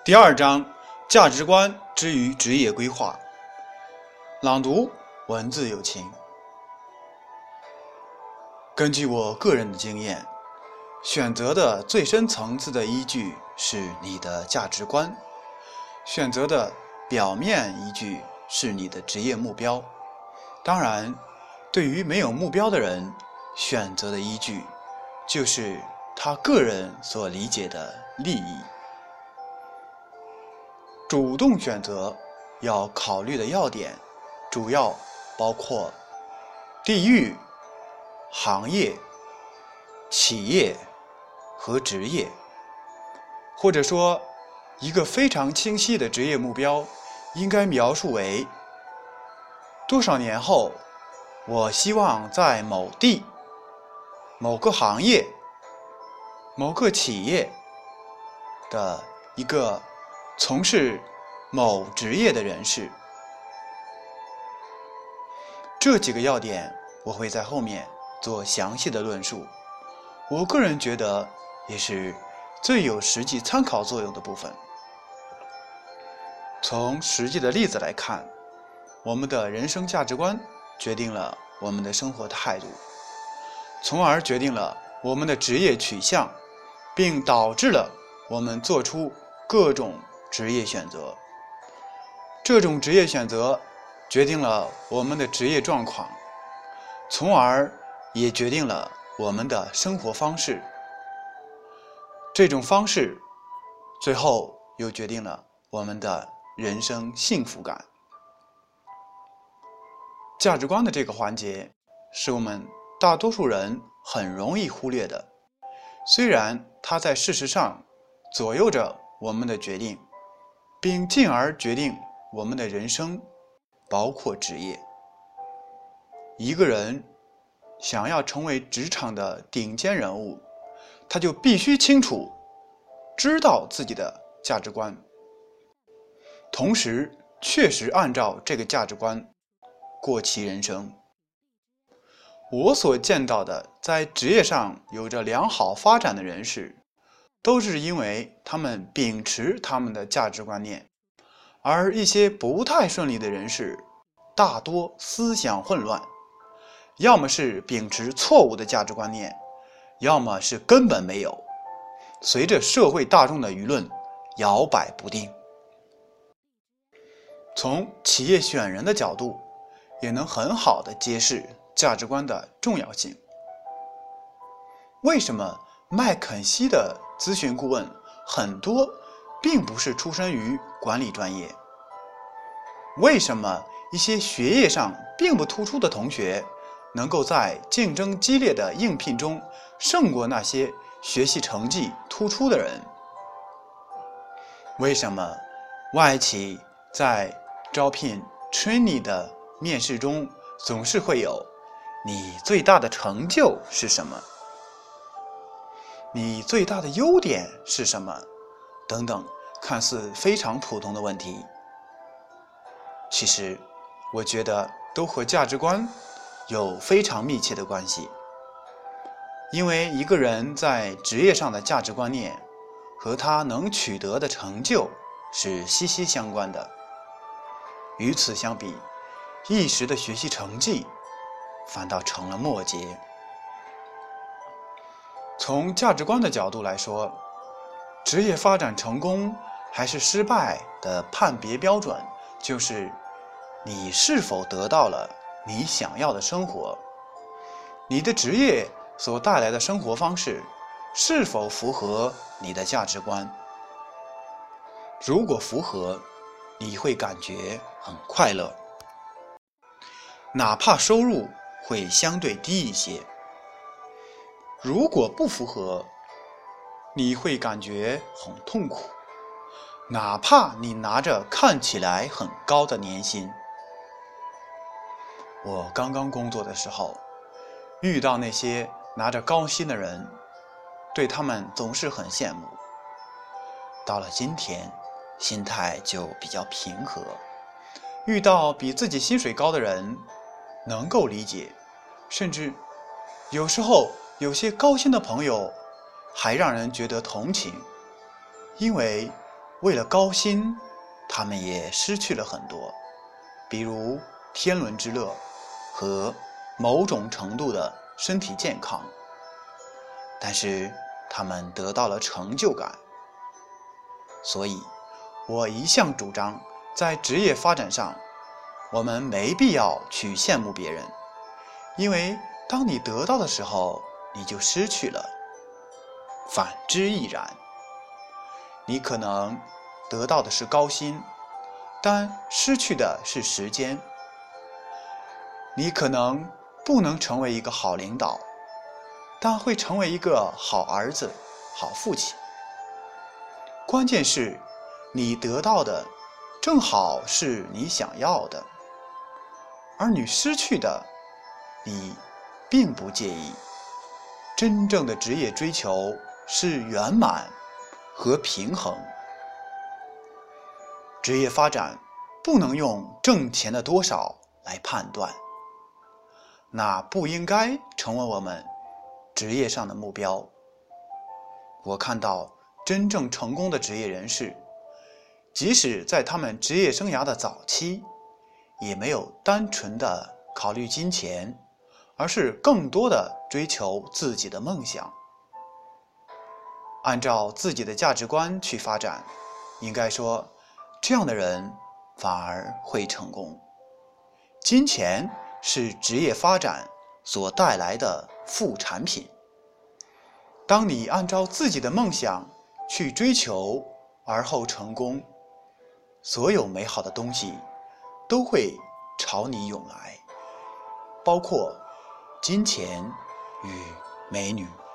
第2章价值观之于职业规划。朗读文字有情。根据我个人的经验，选择的最深层次的依据是你的价值观，选择的表面依据是你的职业目标。当然，对于没有目标的人，选择的依据就是他个人所理解的利益。主动选择要考虑的要点主要包括地域、行业、企业和职业，或者说一个非常清晰的职业目标应该描述为多少年后我希望在某地、某个行业、某个企业的一个从事某职业的人士。这几个要点我会在后面做详细的论述，我个人觉得也是最有实际参考作用的部分。从实际的例子来看，我们的人生价值观决定了我们的生活态度，从而决定了我们的职业取向，并导致了我们做出各种职业选择。这种职业选择决定了我们的职业状况，从而也决定了我们的生活方式。这种方式最后又决定了我们的人生幸福感。价值观的这个环节是我们大多数人很容易忽略的，虽然它在事实上左右着我们的决定，并进而决定我们的人生，包括职业。一个人想要成为职场的顶尖人物，他就必须清楚知道自己的价值观，同时确实按照这个价值观过其人生。我所见到的在职业上有着良好发展的人士，都是因为他们秉持他们的价值观念，而一些不太顺利的人士大多思想混乱，要么是秉持错误的价值观念，要么是根本没有，随着社会大众的舆论摇摆不定。从企业选人的角度，也能很好地揭示价值观的重要性。为什么麦肯锡的咨询顾问很多并不是出身于管理专业？为什么一些学业上并不突出的同学能够在竞争激烈的应聘中胜过那些学习成绩突出的人？为什么外企在招聘 trainee 的面试中总是会有你最大的成就是什么？你最大的优点是什么？等等，看似非常普通的问题，其实我觉得都和价值观有非常密切的关系。因为一个人在职业上的价值观念和他能取得的成就是息息相关的。与此相比，一时的学习成绩反倒成了末节。从价值观的角度来说，职业发展成功还是失败的判别标准就是你是否得到了你想要的生活，你的职业所带来的生活方式是否符合你的价值观。如果符合，你会感觉很快乐，哪怕收入会相对低一些。如果不符合，你会感觉很痛苦，哪怕你拿着看起来很高的年薪。我刚刚工作的时候，遇到那些拿着高薪的人，对他们总是很羡慕。到了今天，心态就比较平和，遇到比自己薪水高的人，能够理解，甚至有时候有些高薪的朋友还让人觉得同情，因为为了高薪，他们也失去了很多，比如天伦之乐和某种程度的身体健康。但是他们得到了成就感。所以我一向主张，在职业发展上，我们没必要去羡慕别人，因为当你得到的时候，你就失去了。反之亦然。你可能得到的是高薪，但失去的是时间。你可能不能成为一个好领导，但会成为一个好儿子、好父亲。关键是，你得到的正好是你想要的，而你失去的，你并不介意。真正的职业追求是圆满和平衡。职业发展不能用挣钱的多少来判断，那不应该成为我们职业上的目标。我看到真正成功的职业人士，即使在他们职业生涯的早期，也没有单纯的考虑金钱，而是更多的追求自己的梦想。按照自己的价值观去发展，应该说，这样的人反而会成功。金钱是职业发展所带来的副产品。当你按照自己的梦想去追求，而后成功，所有美好的东西都会朝你涌来，包括金钱与美女。